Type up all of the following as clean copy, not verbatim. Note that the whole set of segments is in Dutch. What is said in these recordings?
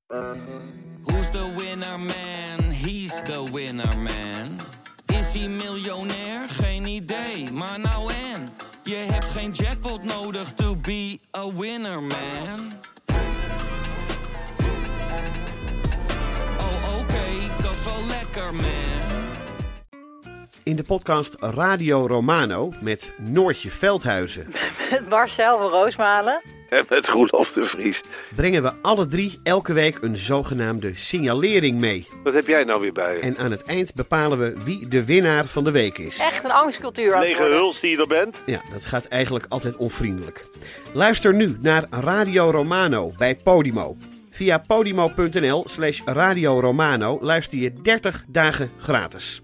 Who's the winner man? He's the winner man. Is hij miljonair? Geen idee, maar nou en. Je hebt geen jackpot nodig to be a winner man. Oh oké, dat is wel lekker man. In de podcast Radio Romano met Noortje Veldhuizen Met Marcel van Roosmalen. En met Roelof de Vries. brengen we alle drie elke week een zogenaamde signalering mee. Wat heb jij nou weer bij je? En aan het eind bepalen we wie de winnaar van de week is. Echt een angstcultuur aan het Lege worden. huls die je er bent? Ja, dat gaat eigenlijk altijd onvriendelijk. Luister nu naar Radio Romano bij Podimo. Via podimo.nl/Radio Romano luister je 30 dagen gratis.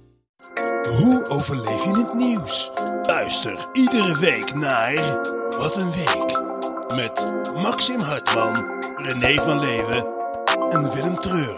Hoe overleef je het nieuws? Luister iedere week naar Wat een Week. Met Maxim Hartman, René van Leeuwen en Willem Treur.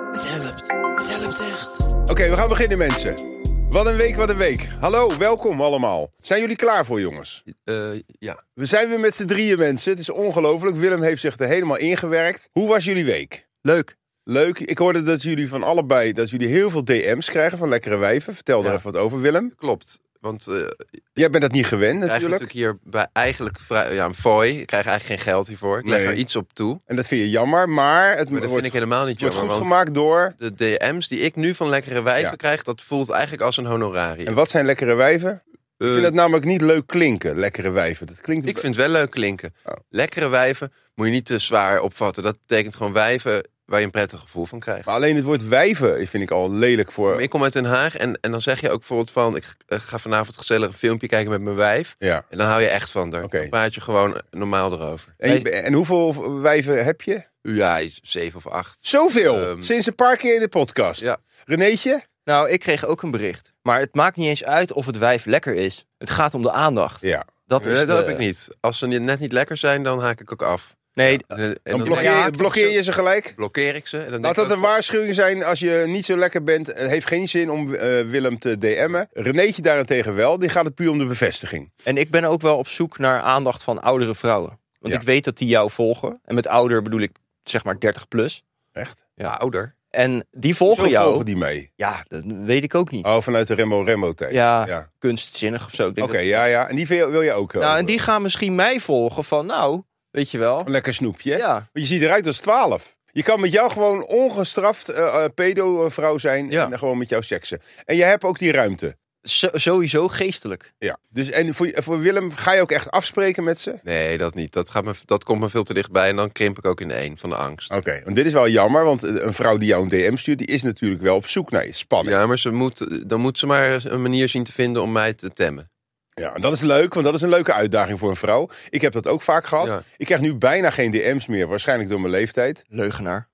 Het helpt echt. Oké, we gaan beginnen, mensen. Wat een week, wat een week. Hallo, welkom allemaal. Zijn jullie klaar voor, jongens? Ja. We zijn weer met z'n drieën, mensen. Het is ongelooflijk. Willem heeft zich er helemaal ingewerkt. Hoe was jullie week? Leuk. Leuk. Ik hoorde dat jullie van allebei heel veel DM's krijgen van lekkere wijven. Vertel er even wat over, Willem. Klopt. Want Jij bent dat niet gewend, ik krijg natuurlijk. hier bij eigenlijk een fooi. Ik krijg eigenlijk geen geld hiervoor. Ik leg Nee. er iets op toe. En dat vind je jammer, maar het Maar dat vind ik helemaal niet wordt jammer. goed Want gemaakt door... de DM's die ik nu van lekkere wijven krijg, dat voelt eigenlijk als een honorarium. En wat zijn lekkere wijven? Ik vind dat namelijk niet leuk klinken, lekkere wijven. Dat klinkt... Ik vind het wel leuk klinken. Oh. Lekkere wijven moet je niet te zwaar opvatten. Dat betekent gewoon wijven waar je een prettig gevoel van krijgt. Maar alleen het woord wijven vind ik al lelijk voor... Maar ik kom uit Den Haag en dan zeg je ook bijvoorbeeld van... ik ga vanavond gezellig een filmpje kijken met mijn wijf. Ja. En dan hou je echt van haar. Oké. Dan praat je gewoon normaal erover. En hoeveel wijven heb je? Ja, 7 of 8. Zoveel! Sinds een paar keer in de podcast. Ja. Renéetje? Nou, ik kreeg ook een bericht. Maar het maakt niet eens uit of het wijf lekker is. Het gaat om de aandacht. Ja. Dat is Nee, dat de- heb ik niet. Als ze net niet lekker zijn, dan haak ik ook af. Nee, En Dan dan blokkeer je ze gelijk? blokkeer ik ze. En dan Laat denk dat ik een ook waarschuwing zijn als je niet zo lekker bent. Het heeft geen zin om Willem te DM'en. Renéetje daarentegen wel. Die gaat het puur om de bevestiging. en ik ben ook wel op zoek naar aandacht van oudere vrouwen. Want Ja. ik weet dat die jou volgen. En met ouder bedoel ik zeg maar 30 plus. Echt? Ja. ouder. En die volgen Zo jou. volgen die mee. Ja, dat weet ik ook niet. Oh, vanuit de Rembo-tijd. Ja, Ja. kunstzinnig of zo. Ik denk Oké, dat- ja. En die wil je ook. Nou, en die gaan misschien mij volgen van nou, weet je wel. Een lekker snoepje. Hè? Ja. Want je ziet eruit als 12. Je kan met jou gewoon ongestraft pedo-vrouw zijn. Ja. En dan gewoon met jou seksen. En je hebt ook die ruimte. Sowieso geestelijk. Ja. Dus, en voor Willem, ga je ook echt afspreken met ze? Nee, dat niet. Dat komt me veel te dichtbij. En dan krimp ik ook in één van de angst. Oké, want dit is wel jammer, want een vrouw die jou een DM stuurt, die is natuurlijk wel op zoek naar je. Spannend. Ja, maar dan moet ze maar een manier zien te vinden om mij te temmen. Ja, en dat is leuk, want dat is een leuke uitdaging voor een vrouw. Ik heb dat ook vaak gehad. Ja. Ik krijg nu bijna geen DM's meer, waarschijnlijk door mijn leeftijd. Leugenaar.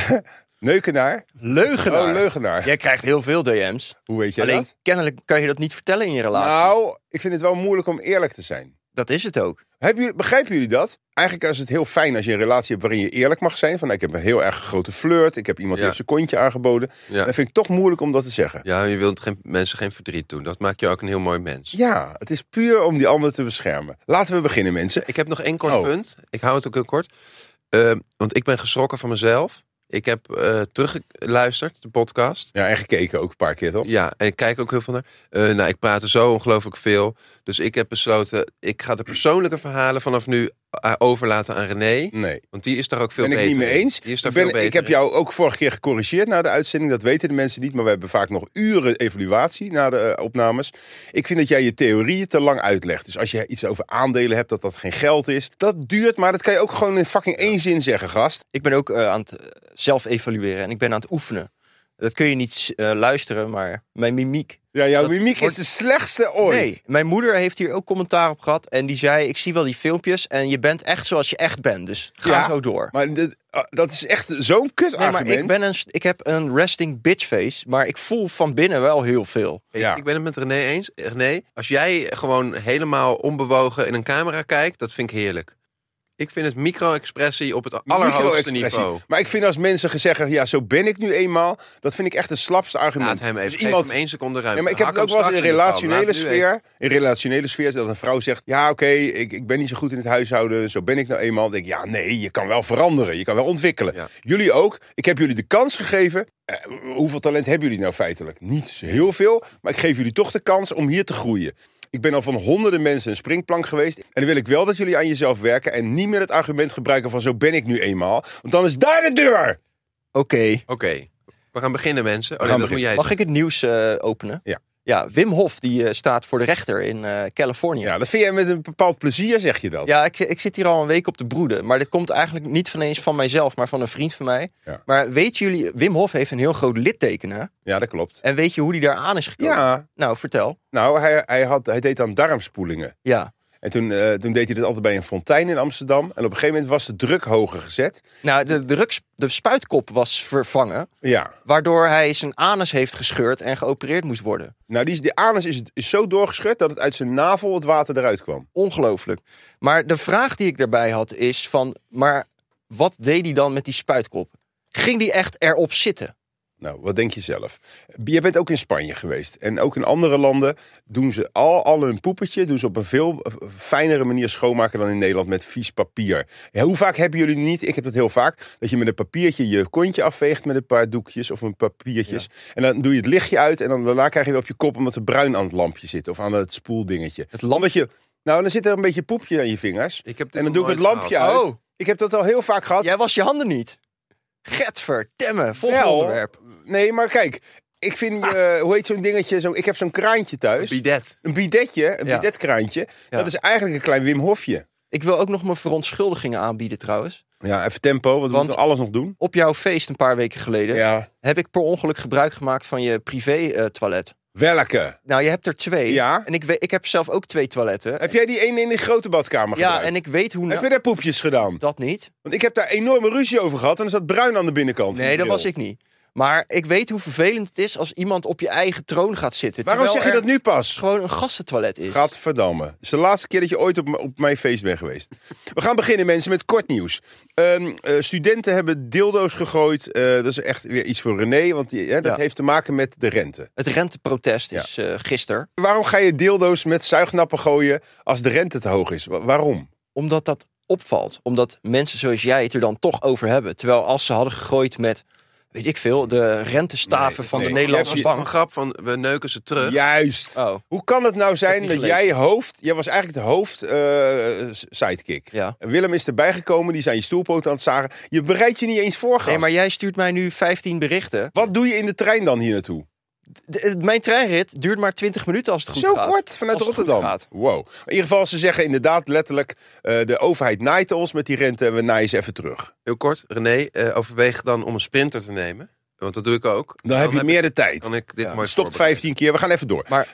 Neukenaar? Leugenaar. Oh, leugenaar. Jij krijgt heel veel DM's. Hoe weet jij Alleen dat? kennelijk kan je dat niet vertellen in je relatie. Nou, ik vind het wel moeilijk om eerlijk te zijn. Dat is het ook. Begrijpen jullie dat? Eigenlijk is het heel fijn als je een relatie hebt waarin je eerlijk mag zijn. Van, nou, ik heb een heel erg grote flirt. Ik heb iemand die Ja. heeft zijn kontje aangeboden. Ja. Dat vind ik toch moeilijk om dat te zeggen. Ja, je wilt mensen geen verdriet doen. Dat maakt je ook een heel mooi mens. Ja, het is puur om die ander te beschermen. Laten we beginnen, mensen. Ik heb nog één kort Oh. punt. Ik hou het ook heel kort. Want ik ben geschrokken van mezelf. Ik heb teruggeluisterd, de podcast. Ja, en gekeken ook een paar keer, toch? Ja, en ik kijk ook heel veel naar. Nou, ik praat er zo ongelooflijk veel. Dus ik heb besloten, ik ga de persoonlijke verhalen vanaf nu overlaten aan René. Nee. Want die is daar ook veel Ben ik beter niet mee in. eens. Die is daar Ik veel beter heb in. jou ook vorige keer gecorrigeerd na de uitzending. Dat weten de mensen niet, maar we hebben vaak nog uren evaluatie na de opnames. Ik vind dat jij je theorieën te lang uitlegt. Dus als je iets over aandelen hebt, dat geen geld is. Dat duurt, maar dat kan je ook gewoon in fucking één zin zeggen, gast. Ik ben ook aan het zelf evalueren en ik ben aan het oefenen. Dat kun je niet luisteren, maar mijn mimiek. Ja, jouw Dat mimiek wordt- is de slechtste ooit. Nee, mijn moeder heeft hier ook commentaar op gehad. En die zei, ik zie wel die filmpjes en je bent echt zoals je echt bent. Dus ga Ja, zo door. Maar dat is echt zo'n kut Nee, maar argument. ik heb een resting bitch face, maar ik voel van binnen wel heel veel. Ja. Ik ben het met René eens. René, als jij gewoon helemaal onbewogen in een camera kijkt, dat vind ik heerlijk. Ik vind het micro-expressie op het allerhoogste niveau. Maar ik vind als mensen zeggen, ja, zo ben ik nu eenmaal. Dat vind ik echt het slapste argument. Laat hem even, dus geef hem 1 seconde ruimte. Ja, maar ik heb het ook wel eens in een relationele sfeer. In relationele sfeer dat een vrouw zegt, ja, oké, ik ben niet zo goed in het huishouden. Zo ben ik nou eenmaal. Dan denk ik, ja, nee, je kan wel veranderen. Je kan wel ontwikkelen. Ja. Jullie ook. Ik heb jullie de kans gegeven. Hoeveel talent hebben jullie nou feitelijk? Niet heel veel. Maar ik geef jullie toch de kans om hier te groeien. Ik ben al van honderden mensen een springplank geweest. En dan wil ik wel dat jullie aan jezelf werken. En niet meer het argument gebruiken van zo ben ik nu eenmaal. Want dan is daar de deur. Oké. We gaan beginnen, mensen. Mag ik het nieuws openen? Ja. Ja, Wim Hof die staat voor de rechter in Californië. Ja, dat vind jij met een bepaald plezier, zeg je dat? Ja, ik zit hier al een week op te broeden. Maar dit komt eigenlijk niet van eens van mijzelf, maar van een vriend van mij. Ja. Maar weten jullie, Wim Hof heeft een heel groot litteken, hè? Ja, dat klopt. En weet je hoe die daar aan is gekomen? Ja. Nou, vertel. Nou, hij deed aan darmspoelingen. Ja. En toen deed hij dat altijd bij een fontein in Amsterdam. En op een gegeven moment was de druk hoger gezet. Nou, de spuitkop was vervangen. Ja. Waardoor hij zijn anus heeft gescheurd en geopereerd moest worden. Nou, die anus is zo doorgescheurd dat het uit zijn navel het water eruit kwam. Ongelooflijk. Maar de vraag die ik daarbij had is van, maar wat deed hij dan met die spuitkop? Ging die echt erop zitten? Nou, wat denk je zelf? Je bent ook in Spanje geweest. En ook in andere landen doen ze al hun poepetje doen ze op een veel fijnere manier schoonmaken dan in Nederland met vies papier. Ja, hoe vaak hebben jullie niet? Ik heb het heel vaak. Dat je met een papiertje je kontje afveegt met een paar doekjes of een papiertjes. Ja. En dan doe je het lichtje uit en dan daarna krijg je weer op je kop omdat er bruin aan het lampje zit. Of aan het spoeldingetje. Het lampje? Nou, dan zit er een beetje poepje aan je vingers. En dan doe ik het lampje uit. Oh. Ik heb dat al heel vaak gehad. Jij was je handen niet. Getverdamme, volgende onderwerp. Nee, maar kijk, ik vind hoe heet zo'n dingetje? Ik heb zo'n kraantje thuis. Een bidetje, een bidetkraantje. Ja. Dat is eigenlijk een klein Wim Hofje. Ik wil ook nog mijn verontschuldigingen aanbieden trouwens. Ja, even tempo, want we moeten alles nog doen. Op jouw feest een paar weken geleden heb ik per ongeluk gebruik gemaakt van je privé toilet. Welke? Nou, je hebt er 2. Ja. En ik heb zelf ook 2 toiletten. Heb jij die ene in de grote badkamer gebruikt? Ja, en ik weet hoe... Heb je daar poepjes gedaan? Dat niet. Want ik heb daar enorme ruzie over gehad en er zat bruin aan de binnenkant. Nee, dat was ik niet. Maar ik weet hoe vervelend het is als iemand op je eigen troon gaat zitten. Waarom zeg je dat nu pas? Gewoon een gastentoilet is. Gadverdamme. Het is de laatste keer dat je ooit op mijn feest bent geweest. We gaan beginnen, mensen, met kort nieuws. Studenten hebben dildo's gegooid. Dat is echt weer iets voor René, want dat heeft te maken met de rente. Het renteprotest is gisteren. Waarom ga je dildo's met zuignappen gooien als de rente te hoog is? Waarom? Omdat dat opvalt. Omdat mensen zoals jij het er dan toch over hebben. Terwijl als ze hadden gegooid met... weet ik veel, de rentestaven van de Nederlandse bank. Een grap van, we neuken ze terug. Juist. Oh. Hoe kan het nou zijn dat jij was eigenlijk de sidekick. Ja. Willem is erbij gekomen, die zijn je stoelpoot aan het zagen. Je bereidt je niet eens voor, gast. Nee, maar jij stuurt mij nu 15 berichten. Wat doe je in de trein dan hier naartoe? Mijn treinrit duurt maar 20 minuten als het goed gaat. Zo kort vanuit Rotterdam. Wow. In ieder geval, ze zeggen inderdaad letterlijk... de overheid naait ons met die rente en we naaien ze even terug. Heel kort, René, overweeg dan om een sprinter te nemen. Want dat doe ik ook. Dan heb je meer de tijd. Kan ik dit mooi Stop 15 keer, we gaan even door. Maar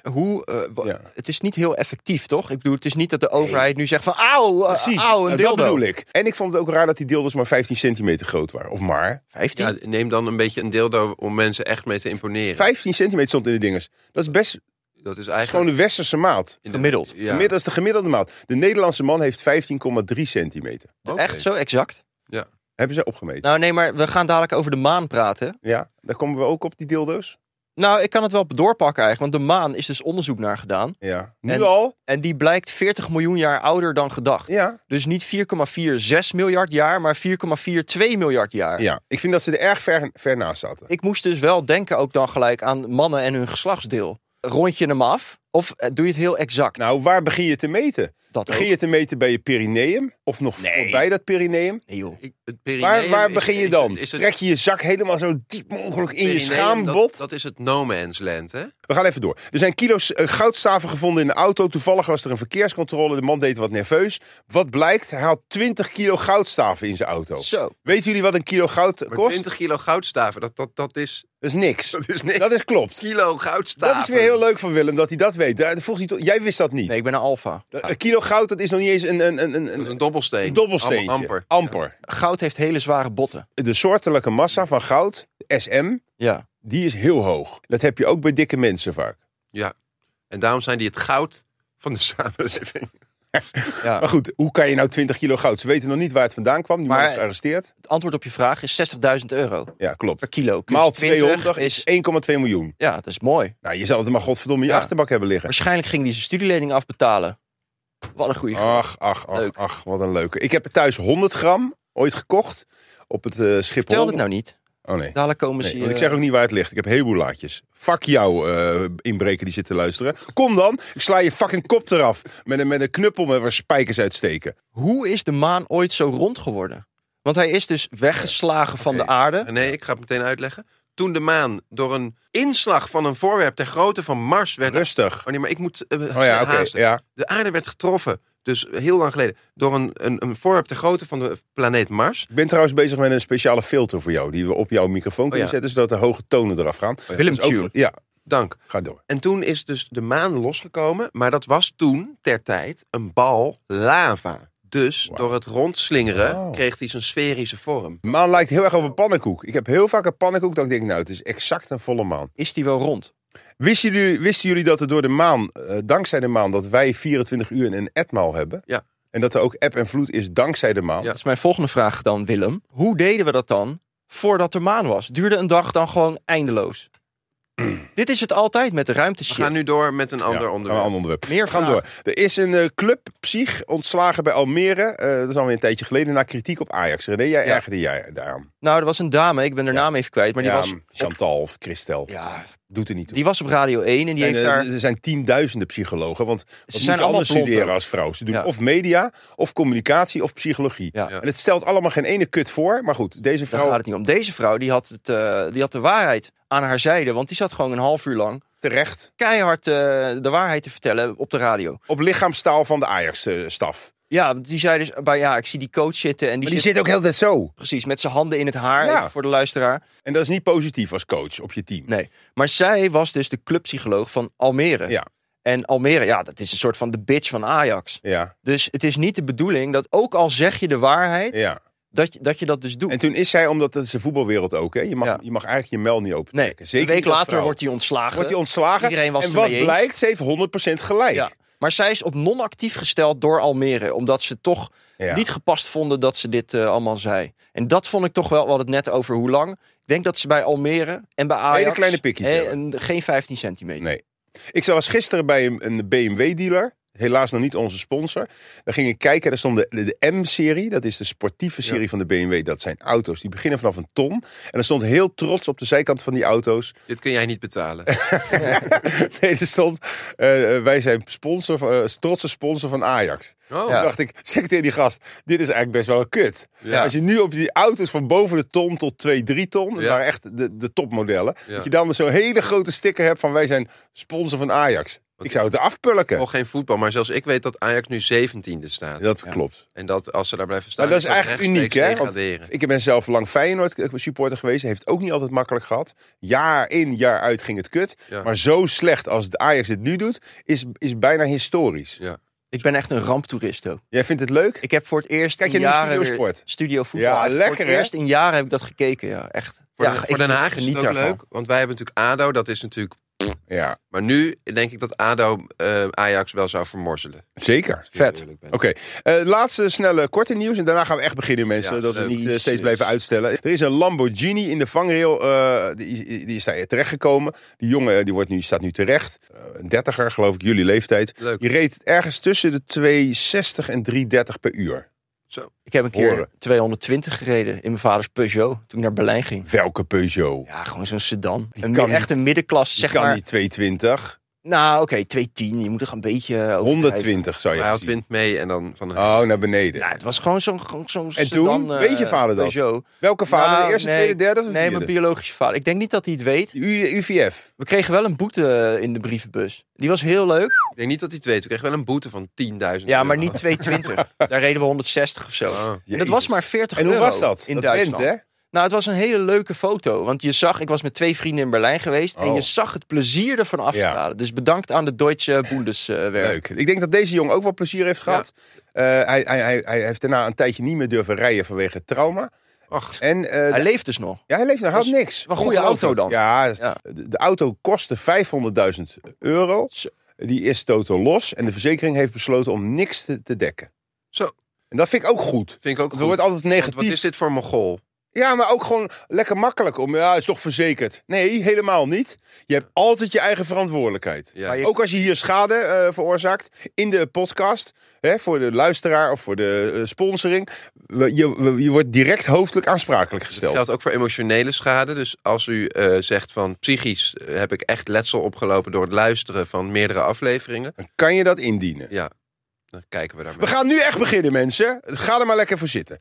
het is niet heel effectief, toch? Ik bedoel, het is niet dat de overheid nu zegt van... Auw, een dildo. Dat bedoel ik. En ik vond het ook raar dat die dildo's maar 15 centimeter groot waren. Of maar. 15? Ja, neem dan een beetje een dildo om mensen echt mee te imponeren. 15 centimeter stond in de dinges. Dat is best... Dat is eigenlijk... gewoon de westerse maat. Gemiddeld. Ja. Dat is de gemiddelde maat. De Nederlandse man heeft 15,3 centimeter. Okay. Echt zo exact? Ja. Hebben ze opgemeten? Nou nee, maar we gaan dadelijk over de maan praten. Ja, daar komen we ook op, die dildo's. Nou, ik kan het wel doorpakken eigenlijk. Want de maan is dus onderzoek naar gedaan. Ja. Nu al? En die blijkt 40 miljoen jaar ouder dan gedacht. Ja. Dus niet 4,46 miljard jaar, maar 4,42 miljard jaar. Ja, ik vind dat ze er erg ver naast zaten. Ik moest dus wel denken ook dan gelijk aan mannen en hun geslachtsdeel. Rond je hem af? Of doe je het heel exact? Nou, waar begin je te meten? Begin je te meten bij je perineum? Of nog voorbij dat perineum? Nee joh. Waar begin je dan? Trek je je zak helemaal zo diep mogelijk in je schaambod? Dat is het no man's land, hè? We gaan even door. Er zijn kilo's goudstaven gevonden in de auto. Toevallig was er een verkeerscontrole. De man deed wat nerveus. Wat blijkt? Hij had 20 kilo goudstaven in zijn auto. Zo. Weten jullie wat een kilo goud kost? 20 kilo goudstaven, dat is... Dat is niks. Dat is niks. Dat is klopt. Kilo goudstaven. Dat is weer heel leuk van Willem, dat hij dat weet. Jij wist dat niet. Nee, ik ben een alfa. Een kilo goud, dat is nog niet eens een dobbelsteen. Een dobbelsteentje. Amper. Goud heeft hele zware botten. De soortelijke massa van goud, SM, die is heel hoog. Dat heb je ook bij dikke mensen vaak. Ja, en daarom zijn die het goud van de samenleving. Ja. Maar goed, hoe kan je nou 20 kilo goud? Ze weten nog niet waar het vandaan kwam. Die man is gearresteerd. Het antwoord op je vraag is €60.000 Ja, klopt. per kilo. Maal Dus 20 200 is 1,2 miljoen. Ja, dat is mooi. Nou, je zal het maar godverdomme in je achterbak hebben liggen. Waarschijnlijk ging hij zijn studielening afbetalen. Wat een goede grap. Ach, wat een leuke. Ik heb er thuis 100 gram ooit gekocht op het Schiphol. Vertel het nou niet. Oh nee. Dadelijk komen ze... Want ik zeg ook niet waar het ligt. Ik heb een heleboel laadjes. Fuck jou, inbreker die zit te luisteren. Kom dan, ik sla je fucking kop eraf. Met een knuppel met waar spijkers uitsteken. Hoe is de maan ooit zo rond geworden? Want hij is dus weggeslagen van de aarde. Nee, ik ga het meteen uitleggen. Toen de maan door een inslag van een voorwerp ter grootte van Mars werd... Rustig. Oh nee, maar ik moet haasten. Ja. De aarde werd getroffen, dus heel lang geleden, door een voorwerp ter grootte van de planeet Mars. Ik ben trouwens bezig met een speciale filter voor jou. Die we op jouw microfoon kunnen zetten, zodat de hoge tonen eraf gaan. Willem Tune. Ja, Dank. ga door. En toen is dus de maan losgekomen, maar dat was toen ter tijd een bal lava. Dus door het rondslingeren kreeg hij zijn sferische vorm. De maan lijkt heel erg op een pannenkoek. Ik heb heel vaak een pannenkoek dat ik denk, nou, het is exact een volle maan. Is die wel rond? Wisten jullie dat er door de maan, dankzij de maan, dat wij 24 uur in een etmaal hebben? Ja. En dat er ook eb en vloed is dankzij de maan? Ja. Dat is mijn volgende vraag dan, Willem. Hoe deden we dat dan voordat er maan was? Duurde een dag dan gewoon eindeloos? Dit is het altijd met de ruimteshit. We gaan nu door met een ander onderwerp. Meer We gaan door. Er is een club, Psych, ontslagen bij Almere. Dat is alweer een tijdje geleden, na kritiek op Ajax. René, jij ergerde jij daaraan? Nou, er was een dame, ik ben haar naam even kwijt. Maar die was... Chantal of Christel. Ja, Doet er niet toe. die was op Radio 1 en die heeft daar... Er zijn tienduizenden psychologen. Want Ze ze zijn zijn allemaal allemaal blond studeren ook. als vrouw. Ze doen Ja. of media, of communicatie, of psychologie. Ja. En het stelt allemaal geen ene kut voor. Maar goed, deze Daar vrouw gaat het niet om. Deze vrouw die had de waarheid aan haar zijde. Want die zat gewoon een half uur lang terecht keihard de waarheid te vertellen op de radio. op lichaamstaal van de Ajax-staf. Ja, die zei dus ik zie die coach zitten. En Maar die zit ook heel de tijd zo. precies met zijn handen in het haar, Ja. even voor de luisteraar. En dat is niet positief als coach op je team. Nee, maar zij was dus de clubpsycholoog van Almere. Ja. En Almere, dat is een soort van de bitch van Ajax. Ja, Dus het is niet de bedoeling dat ook al zeg je de waarheid, ja. dat je dat dus doet. En toen is zij, omdat dat is de voetbalwereld ook, hè? Je mag eigenlijk je mel niet Nee, opentrekken. Zeker een week niet als later vrouw. wordt hij ontslagen. Wordt hij ontslagen. Iedereen was en het wat ermee eens. blijkt, ze heeft 100% gelijk. Ja. Maar zij is op non-actief gesteld door Almere. Omdat ze toch Ja. niet gepast vonden dat ze dit allemaal zei. En dat vond ik toch wel, we hadden het net over hoe lang. Ik denk dat ze bij Almere en bij Ajax... Hele kleine pikjes hebben. geen 15 centimeter. Nee. Ik was gisteren bij een BMW-dealer. Helaas nog niet onze sponsor. Daar ging ik kijken. Daar stond de M-serie. Dat is de sportieve serie van de BMW. Dat zijn auto's. Die beginnen vanaf een ton. En er stond heel trots op de zijkant van die auto's. Dit kun jij niet betalen. Nee, er stond... wij zijn trotse sponsor van Ajax. Oh. Toen dacht ik, zeg tegen die gast, dit is eigenlijk best wel een kut. Ja. Als je nu op die auto's van boven de ton tot 2-3 ton, dat waren echt de topmodellen. Ja. Dat je dan zo'n hele grote sticker hebt van wij zijn sponsor van Ajax. Ik zou het eraf pulken. Nog geen voetbal, maar zelfs ik weet dat Ajax nu 17e staat. Dat klopt. En dat als ze daar blijven staan... Maar dat is eigenlijk uniek, hè? Want Degraderen. ik ben zelf lang Feyenoord supporter geweest. Heeft het ook niet altijd makkelijk gehad. Jaar in, jaar uit ging het kut. Ja. Maar zo slecht als de Ajax het nu doet, is bijna historisch. Ja. Ik ben echt een ramptoerist ook. Jij vindt het leuk? Ik heb voor het eerst Kijk je in nu jaren Studio Sport? Studio voetbal. Ja, Voor lekker, het hè? eerst in jaren heb ik dat gekeken, ja. Echt. Voor Den Haag is het ook daarvan. leuk, want wij hebben natuurlijk ADO, dat is natuurlijk... Ja, Maar nu denk ik dat ADO Ajax wel zou vermorzelen. zeker. Vet. Oké, laatste snelle korte nieuws. En daarna gaan we echt beginnen, mensen. Ja, dat we leuk. niet steeds blijven uitstellen. Er is een Lamborghini in de vangrail. Die is daar terechtgekomen. Die jongen staat nu terecht. Een 30er, geloof ik, jullie leeftijd. Leuk. Die reed ergens tussen de 260 en 330 per uur. Zo. Ik heb een keer Horen. 220 gereden in mijn vaders Peugeot toen ik naar Berlijn ging. Welke Peugeot? Ja, gewoon zo'n sedan. kan Echt een middenklasse, Die zeg kan maar. niet 220. Nou, oké, 210. Je moet er een beetje overdrijven. 120 zou je Hij had zien. wind mee en dan van een... Oh, naar beneden. Nou, het was gewoon zo'n En sedan, toen? Weet je vader dat? Peugeot. Welke vader? Nou, de eerste, nee, tweede, derde of de Nee, vierde? mijn biologische vader. Ik denk niet dat hij het weet. UVF. We kregen wel een boete in de brievenbus. Die was heel leuk. Ik denk niet dat hij het weet. We kregen wel een boete van 10.000 Ja, maar euro. niet 220. Daar reden we 160 of zo. Oh. En dat Jezus. was maar 40 En euro hoe was dat? in dat Duitsland. wint, hè? Nou, het was een hele leuke foto. Want ik was met 2 vrienden in Berlijn geweest. En Oh. je zag het plezier ervan afstralen. Dus bedankt aan de Deutsche Bundeswehr. Leuk. Ik denk dat deze jongen ook wel plezier heeft gehad. Hij heeft daarna een tijdje niet meer durven rijden vanwege trauma. Ach, En, Hij leeft dus nog. ja, hij leeft nog, houdt niks. een goede auto dan. Ja, Ja. de auto kostte 500.000 euro. Zo. Die is totaal los. En de verzekering heeft besloten om niks te dekken. Zo. En dat vind ik ook goed. Vind ik ook goed. Er wordt altijd negatief. Want wat is dit voor Mongool? Ja, maar ook gewoon lekker makkelijk om. Ja, het is toch verzekerd. Nee, helemaal niet. Je hebt altijd je eigen verantwoordelijkheid. Ja. Ook als je hier schade veroorzaakt in de podcast, voor de luisteraar of voor de sponsoring. Je wordt direct hoofdelijk aansprakelijk gesteld. Dat geldt ook voor emotionele schade. Dus als u zegt van psychisch heb ik echt letsel opgelopen door het luisteren van meerdere afleveringen. Dan kan je dat indienen. Ja. Dan kijken we daar. We gaan nu echt beginnen, mensen. Ga er maar lekker voor zitten.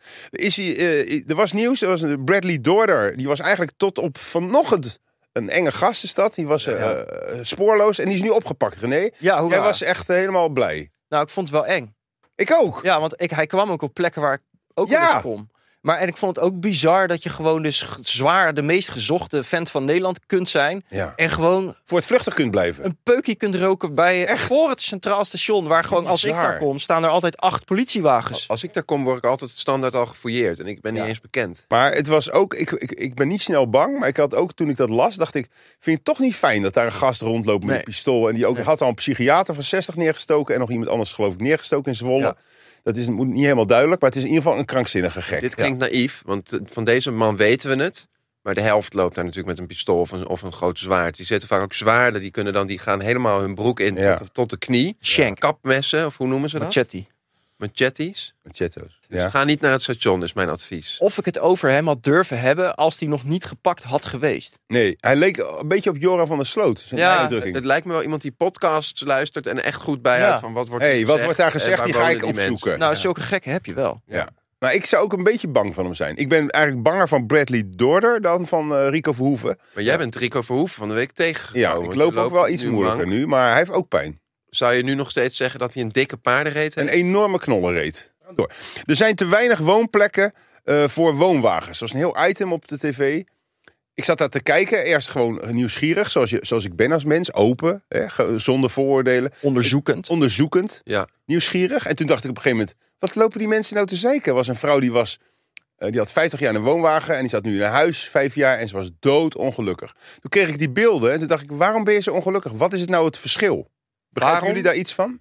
Er was nieuws. Er was een Bradley Dorder. Die was eigenlijk tot op vanochtend een enge gast is dat. Die was spoorloos en die is nu opgepakt, René. Ja, hoera. Jij was echt helemaal blij. Nou, ik vond het wel eng. Ik ook. Ja, want hij kwam ook op plekken waar ik ook wel eens kom. En ik vond het ook bizar dat je gewoon dus zwaar de meest gezochte vent van Nederland kunt zijn. Ja. En gewoon voor het vluchtig kunt blijven. Een peukje kunt roken voor het Centraal Station. Waar gewoon als ik daar kom, staan er altijd 8 politiewagens. Als ik daar kom, word ik altijd standaard al gefouilleerd. En ik ben niet eens bekend. Maar het was ook, ik ben niet snel bang. Maar ik had ook, toen ik dat las, dacht ik, vind je het toch niet fijn dat daar een gast rondloopt met een pistool. En die ook had al een psychiater van 60 neergestoken. En nog iemand anders geloof ik neergestoken in Zwolle. Ja. Dat is niet helemaal duidelijk, maar het is in ieder geval een krankzinnige gek. Dit klinkt naïef, want van deze man weten we het. Maar de helft loopt daar natuurlijk met een pistool of een groot zwaard. Die zetten vaak ook zwaarden, die gaan helemaal hun broek in tot de knie. Shank. Kapmessen, of hoe noemen ze dat? Machetti's. Machetto's. Dus ga niet naar het station, is mijn advies. Of ik het over hem had durven hebben als hij nog niet gepakt had geweest. Nee, hij leek een beetje op Joran van der Sloot. Het lijkt me wel iemand die podcasts luistert en echt goed bijhoudt van wat wordt gezegd. Wat wordt daar gezegd, die ga ik opzoeken. Nou, zulke gekken heb je wel. Ja. Maar ik zou ook een beetje bang van hem zijn. Ik ben eigenlijk banger van Bradley Dorder dan van Rico Verhoeven. Maar jij bent Rico Verhoeven van de week tegengekomen. Ja, ik loop ook wel iets moeilijker nu, maar hij heeft ook pijn. Zou je nu nog steeds zeggen dat hij een dikke paardenreet heeft? Een enorme knollenreet. Door. Er zijn te weinig woonplekken voor woonwagens. Dat was een heel item op de tv. Ik zat daar te kijken. Eerst gewoon nieuwsgierig, zoals ik ben als mens. Open, zonder vooroordelen. Onderzoekend. Ja. Nieuwsgierig. En toen dacht ik op een gegeven moment, wat lopen die mensen nou te zeiken? Er was een vrouw die had 50 jaar in een woonwagen. En die zat nu in een huis, 5 jaar. En ze was doodongelukkig. Toen kreeg ik die beelden. En toen dacht ik, waarom ben je zo ongelukkig? Wat is het nou het verschil? Begrijpen jullie daar iets van?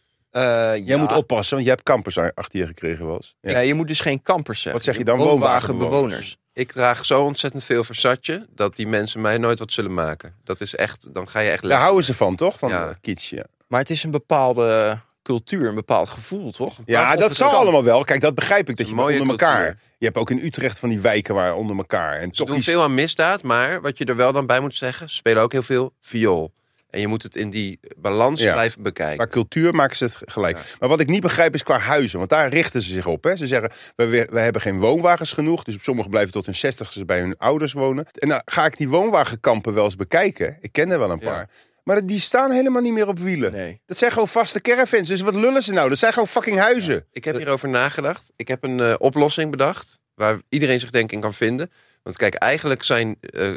Jij moet oppassen, want jij hebt kampers achter je gekregen wel eens. Ja, je moet dus geen kampers zeggen. Wat zeg je dan? Woonwagenbewoners. Ik draag zo ontzettend veel Versace dat die mensen mij nooit wat zullen maken. Dat is echt, dan ga je echt. Daar houden ze van, toch? Van kitsch, ja. Maar het is een bepaalde cultuur, een bepaald gevoel, toch? Ja, dat zal allemaal wel. Kijk, dat begrijp ik, dat je onder elkaar. Cultuur. Je hebt ook in Utrecht van die wijken waar onder elkaar. En ze doen veel aan misdaad, maar wat je er wel dan bij moet zeggen, ze spelen ook heel veel viool. En je moet het in die balans blijven bekijken. Qua cultuur maken ze het gelijk. Ja. Maar wat ik niet begrijp is qua huizen. Want daar richten ze zich op. Hè. Ze zeggen, we hebben geen woonwagens genoeg. Dus sommigen blijven tot hun 60ste bij hun ouders wonen. En dan ga ik die woonwagenkampen wel eens bekijken. Ik ken er wel een paar. Maar die staan helemaal niet meer op wielen. Nee. Dat zijn gewoon vaste caravans. Dus wat lullen ze nou? Dat zijn gewoon fucking huizen. Ja. Ik heb hierover nagedacht. Ik heb een oplossing bedacht. Waar iedereen zich denk ik in kan vinden. Want kijk, eigenlijk zijn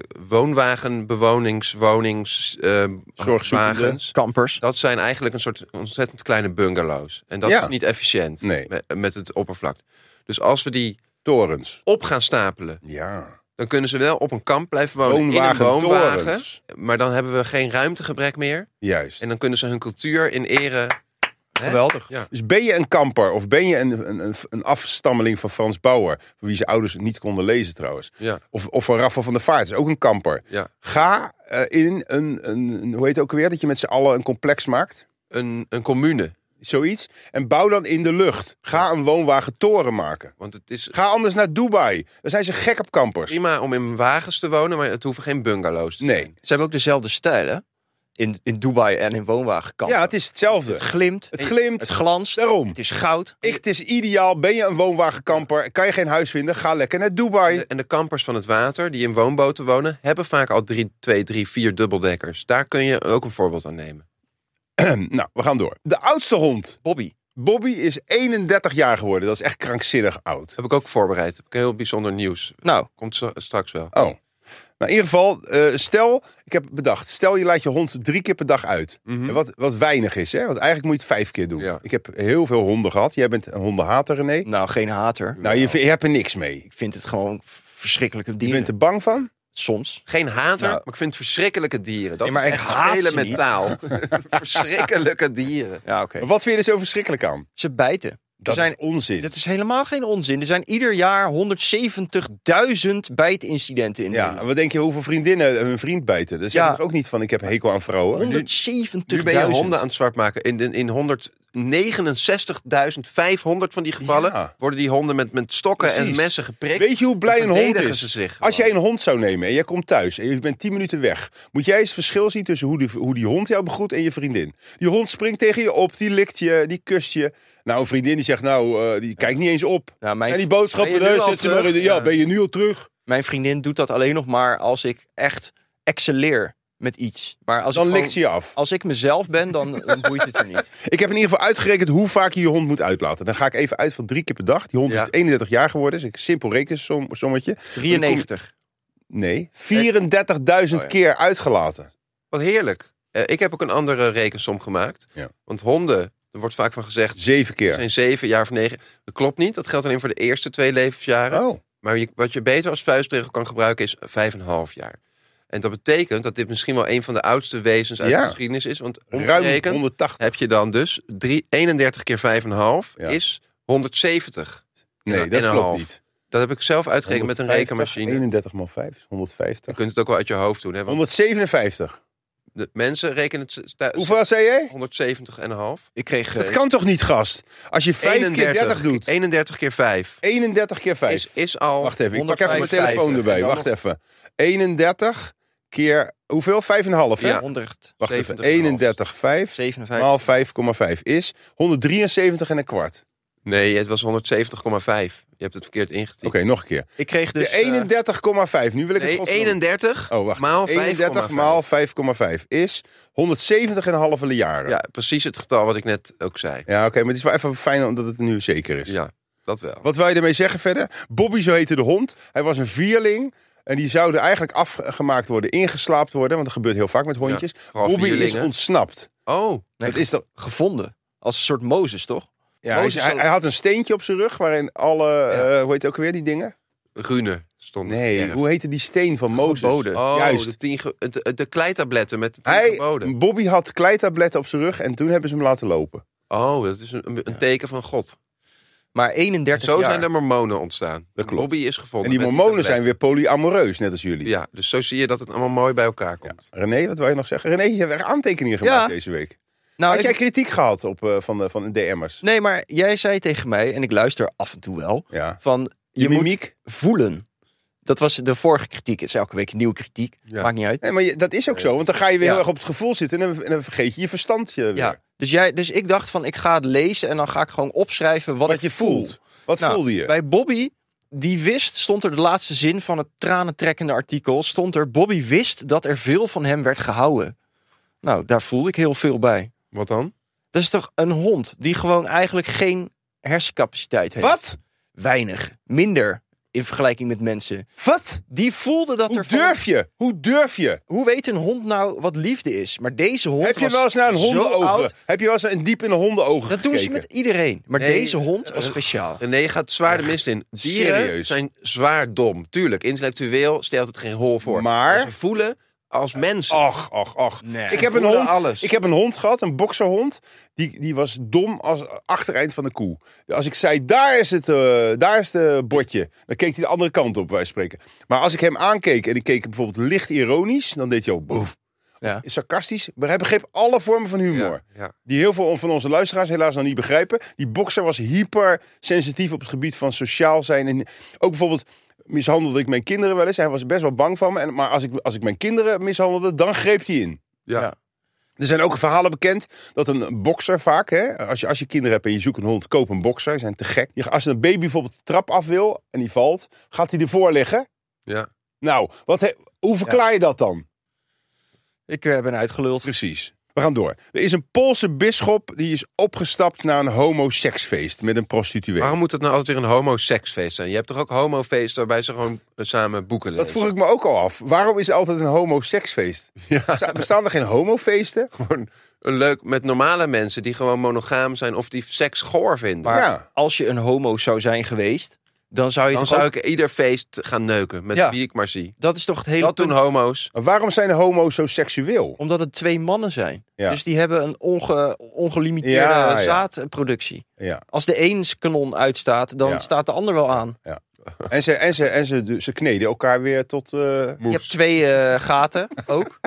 zorgwagens, kampers. Dat zijn eigenlijk een soort ontzettend kleine bungalows. En dat is niet efficiënt met het oppervlak. Dus als we die torens op gaan stapelen, dan kunnen ze wel op een kamp blijven wonen in een woonwagen. Torens. Maar dan hebben we geen ruimtegebrek meer. Juist. En dan kunnen ze hun cultuur in ere. Geweldig. Ja. Dus ben je een kamper of ben je een afstammeling van Frans Bauer, voor wie zijn ouders niet konden lezen trouwens. Ja. Of van Raffel van der Vaart, is ook een kamper. Ja. Ga in een hoe heet het ook weer, dat je met z'n allen een complex maakt? Een commune. Zoiets. En bouw dan in de lucht. Ga een woonwagentoren maken. Want het is. Ga anders naar Dubai. Daar zijn ze gek op kampers. Prima om in wagens te wonen, maar het hoeven geen bungalows te zijn. Ze hebben ook dezelfde stijl, hè? In Dubai en in woonwagenkampen. Ja, het is hetzelfde. Het glimt. Het glanst. Daarom. Het is goud. Het is ideaal. Ben je een woonwagenkamper, kan je geen huis vinden, ga lekker naar Dubai. En de kampers van het water, die in woonboten wonen, hebben vaak al 2, 3, 4 dubbeldekkers. Daar kun je ook een voorbeeld aan nemen. Nou, we gaan door. De oudste hond. Bobby is 31 jaar geworden. Dat is echt krankzinnig oud. Heb ik ook voorbereid. Heb ik heel bijzonder nieuws. Nou. Komt straks wel. Oh. Nou, in ieder geval, ik heb bedacht, stel je laat je hond 3 keer per dag uit. Mm-hmm. Wat weinig is, hè? Want eigenlijk moet je het 5 keer doen. Ja. Ik heb heel veel honden gehad. Jij bent een hondenhater, René. Nou, geen hater. Nou, je hebt er niks mee. Ik vind het gewoon verschrikkelijke dieren. Je bent er bang van? Soms. Geen hater, Nou. maar ik vind verschrikkelijke dieren. Dat Nee, maar is ik echt haat spelen ze met niet. taal. Verschrikkelijke dieren. Ja, oké. Maar wat vind je er zo verschrikkelijk aan? Ze bijten. Dat is onzin. Dat is helemaal geen onzin. Er zijn ieder jaar 170.000 bijtincidenten in Ja, Nederland. en wat denk je hoeveel vriendinnen hun vriend bijten? Dat zeggen Ja. toch ook niet van ik heb hekel aan vrouwen? 170.000. Nu ben je honden aan het zwart maken. In 169.500 van die gevallen Ja. worden die honden met stokken en Precies. messen geprikt. Weet je hoe blij Dan een hond verdedigen is? ze zich Als jij gewoon. een hond zou nemen en jij komt thuis en je bent 10 minuten weg, moet jij eens het verschil zien tussen hoe die hond jou begroet en je vriendin. Die hond springt tegen je op, die likt je, die kust je. Nou, een vriendin die zegt, die kijkt niet eens op. Nou, En die boodschappen, Ben je nu al zet ze maar in de, terug? Ja. ben je nu al terug? Mijn vriendin doet dat alleen nog maar als ik echt excelleer met iets. Maar als Dan ik likt ze je af. Als ik mezelf ben, dan boeit het er niet. Ik heb in ieder geval uitgerekend hoe vaak je je hond moet uitlaten. Dan ga ik even uit van 3 keer per dag. Die hond Ja. is 31 jaar geworden, dus een simpel rekensommetje. 93. Nee, 34.000 Oh ja. keer uitgelaten. Wat heerlijk. Ik heb ook een andere rekensom gemaakt. Ja. Want honden, er wordt vaak van gezegd, 7 keer. zijn 7 jaar of 9. Dat klopt niet. Dat geldt alleen voor de eerste 2 levensjaren. Oh. Maar wat je beter als vuistregel kan gebruiken is 5,5 jaar. En dat betekent dat dit misschien wel een van de oudste wezens uit Ja. de geschiedenis is. Want Ruim omgerekend 180. heb je dan dus 31 keer 5,5 Ja. is 170. Nee, en dat een klopt half. niet. Dat heb ik zelf uitgerekend met een 150, rekenmachine. 31 x 5 is 150. Je kunt het ook wel uit je hoofd doen. Hè? Want 157. de mensen rekenen het Hoeveel zei jij? 170,5. Ik kreeg... Dat kan toch niet, gast? Als je 5 keer 30 doet. 31 keer 5 31 keer 5. is al... Wacht even, ik pak even mijn 150. telefoon erbij. En dan Wacht even. 31 keer... Hoeveel? 5,5 hè? Ja. 100, Wacht even. 70,5. 31, 5 57. maal 5,5 is 173 en een kwart. Nee, het was 170,5. Je hebt het verkeerd ingetypt. Oké, nog een keer. Ik kreeg dus... De 31,5. Nu wil ik het Nee, godsnaam- 31 Oh, wacht. maal 31 5,5. maal 5,5 is 170,5 jaren. Ja, precies het getal wat ik net ook zei. Ja, oké, maar het is wel even fijn omdat het nu zeker is. Ja, dat wel. Wat wil je ermee zeggen verder? Bobby, zo heette de hond. Hij was een vierling. En die zouden eigenlijk afgemaakt worden, ingeslaapt worden. Want dat gebeurt heel vaak met hondjes. Ja, vooral Bobby is vierlingen. ontsnapt. Oh, Nee, Dat is dat, gevonden. Als een soort Mozes, toch? ja, Mozes hij had een steentje op zijn rug waarin alle... Ja. hoe heet het ook weer, die dingen? Rune stond Nee, erf. hoe heette die steen van Mozes? Geboden. Oh, Juist. de kleitabletten met de 10 geboden. Bobby had kleitabletten op zijn rug en toen hebben ze hem laten lopen. Oh, dat is een teken van God. Maar 31 Zo jaar. zijn er mormonen ontstaan. Dat klopt. Bobby is gevonden. En die met mormonen zijn tabletten. weer polyamoreus, net als jullie. Ja, dus zo zie je dat het allemaal mooi bij elkaar Ja. komt. René, wat wil je nog zeggen? René, je hebt echt aantekeningen gemaakt Ja. deze week. Nou, Had ik- jij kritiek gehad op, van de DM'ers? Nee, maar jij zei tegen mij, en ik luister af en toe wel, Ja. van Je je moet mimiek? voelen. Dat was de vorige kritiek. Het is elke week een nieuwe kritiek. Ja. Maakt niet uit. Nee, maar dat is ook zo. Want dan ga je weer Ja. heel erg op het gevoel zitten en dan vergeet je je verstand weer. Ja. Dus ik dacht van, ik ga het lezen en dan ga ik gewoon opschrijven wat Wat ik je voel. voelt. Wat Nou, voelde je? Bij Bobby, die wist, stond er de laatste zin van het tranentrekkende artikel, stond er, Bobby wist dat er veel van hem werd gehouden. Nou, daar voelde ik heel veel bij. Wat dan? Dat is toch een hond die gewoon eigenlijk geen hersencapaciteit heeft. Wat? Weinig. Minder in vergelijking met mensen. Wat? Die voelde dat Hoe er van... durf je? Hoe durf je? Hoe weet een hond nou wat liefde is? Maar deze hond Heb je was wel eens naar een zo hondenogen? oud. Heb je wel eens diep in een hondenogen Dat doen ze gekeken? met iedereen. Maar Nee, deze hond was speciaal. René gaat zwaar de mist in. Dieren serieus. zijn zwaar dom. Tuurlijk, intellectueel stelt het geen hol voor. Maar- ze voelen als mensen. Och. Nee. Ik heb een voelen hond. alles. Ik heb een hond gehad, een bokserhond. Die was dom als achtereind van de koe. Als ik zei, daar is het bordje. Dan keek hij de andere kant op, wij spreken. Maar als ik hem aankeek en ik keek bijvoorbeeld licht ironisch, dan deed hij ook boe. Ja. Sarcastisch. Maar hij begreep alle vormen van humor. Ja. Die heel veel van onze luisteraars helaas nog niet begrijpen. Die bokser was hyper sensitief op het gebied van sociaal zijn. En ook bijvoorbeeld mishandelde ik mijn kinderen wel eens. Hij was best wel bang van me. Maar als ik mijn kinderen mishandelde, dan greep hij in. Ja. Ja. Er zijn ook verhalen bekend dat een bokser vaak, hè, als je kinderen hebt en je zoekt een hond, koop een bokser. Ze zijn te gek. Als een baby bijvoorbeeld de trap af wil en die valt, gaat hij ervoor liggen. Ja. Nou, hoe verklaar je dat dan? Ik ben uitgeluld. Precies. We gaan door. Er is een Poolse bisschop die is opgestapt naar een homoseksfeest met een prostituee. Waarom moet het nou altijd weer een homoseksfeest zijn? Je hebt toch ook homofeesten waarbij ze gewoon samen boeken lezen? Dat vroeg ik me ook al af. Waarom is er altijd een homoseksfeest? Ja. Bestaan er geen homofeesten? Gewoon een leuk met normale mensen die gewoon monogaam zijn of die seks goor vinden. Maar Ja. als je een homo zou zijn geweest, Dan zou je Dan zou ik ieder feest gaan neuken met wie ik maar zie. Dat is toch het hele Dat punt. doen homo's. Maar waarom zijn de homo's zo seksueel? Omdat het 2 mannen zijn. Ja. Dus die hebben een ongelimiteerde zaadproductie. Ja. Als de een kanon uitstaat, dan staat de ander wel aan. Ja. En ze kneden elkaar weer tot Je hebt 2 gaten ook.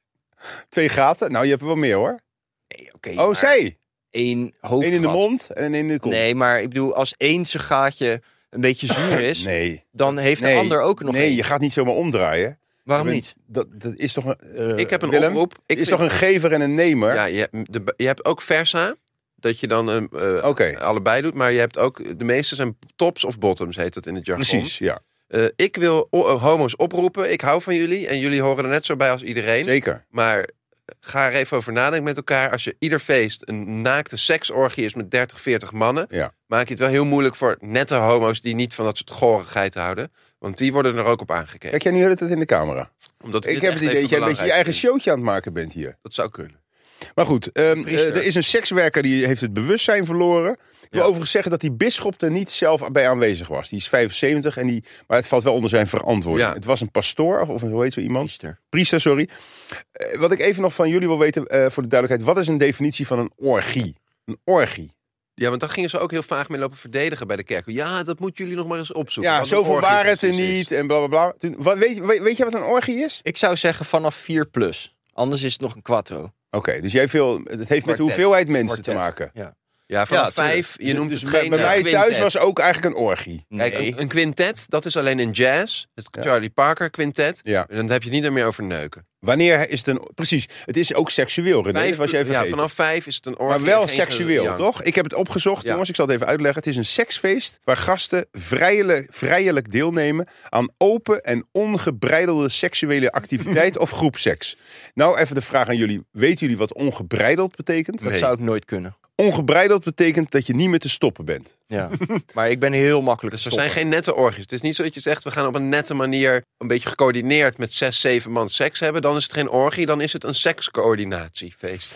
2 gaten? Nou, je hebt er wel meer hoor. Nee, oké. Zij? 1 hoofdgat. 1 in de mond en 1 in de kont. Nee, maar ik bedoel, als 1 zijn gaatje een beetje zuur is, dan heeft de ander ook nog 1. Nee, je gaat niet zomaar omdraaien. Waarom niet? Dat is toch een... Ik heb een Willem, oproep. Toch een gever en een nemer? Ja, je hebt ook Versa. Dat je dan allebei doet. Maar je hebt ook... De meeste zijn tops of bottoms, heet het in het jargon. Precies, ja. Ik wil homo's oproepen. Ik hou van jullie. En jullie horen er net zo bij als iedereen. Zeker. Maar ga er even over nadenken met elkaar. Als je ieder feest een naakte seksorgie is met 30, 40 mannen... maak je het wel heel moeilijk voor nette homo's... die niet van dat soort gorigheid houden. Want die worden er ook op aangekeken. Kijk jij nu het in de camera? Omdat ik heb het idee dat jij een beetje je eigen showtje aan het maken bent hier. Dat zou kunnen. Maar goed, er is een sekswerker die heeft het bewustzijn verloren. Ik wil overigens zeggen dat die bisschop er niet zelf bij aanwezig was. Die is 75, maar het valt wel onder zijn verantwoording. Ja. Het was een pastoor, of hoe heet zo iemand? Priester, sorry. Wat ik even nog van jullie wil weten, voor de duidelijkheid. Wat is een definitie van een orgie? Een orgie. Ja, want daar gingen ze ook heel vaag mee lopen verdedigen bij de kerk. Ja, dat moeten jullie nog maar eens opzoeken. Ja, zoveel waren het er niet en blablabla. Weet je wat een orgie is? Ik zou zeggen vanaf 4+. Anders is het nog een quattro. Oké, dus het heeft met de hoeveelheid mensen te maken. Ja, vanaf 5. Je noemt dus het geen bij mij quintet. thuis was ook eigenlijk een orgie. Kijk, een quintet, dat is alleen in jazz. Het Charlie Parker quintet. Ja. En dan heb je het niet meer over neuken. Wanneer is het precies, het is ook seksueel, René. 5, was je even vanaf 5 is het een orgie. Maar wel seksueel, toch? Ik heb het opgezocht, jongens. Ik zal het even uitleggen. Het is een seksfeest waar gasten vrijelijk deelnemen aan open en ongebreidelde seksuele activiteit of groepseks. Nou, even de vraag aan jullie. Weten jullie wat ongebreideld betekent? Dat zou ik nooit kunnen. Ongebreideld betekent dat je niet meer te stoppen bent. Ja, maar ik ben heel makkelijk Dus te er stoppen. zijn geen nette orgies. Het is niet zo dat je zegt, we gaan op een nette manier... een beetje gecoördineerd met 6, 7 man seks hebben. Dan is het geen orgie, dan is het een sekscoördinatiefeest.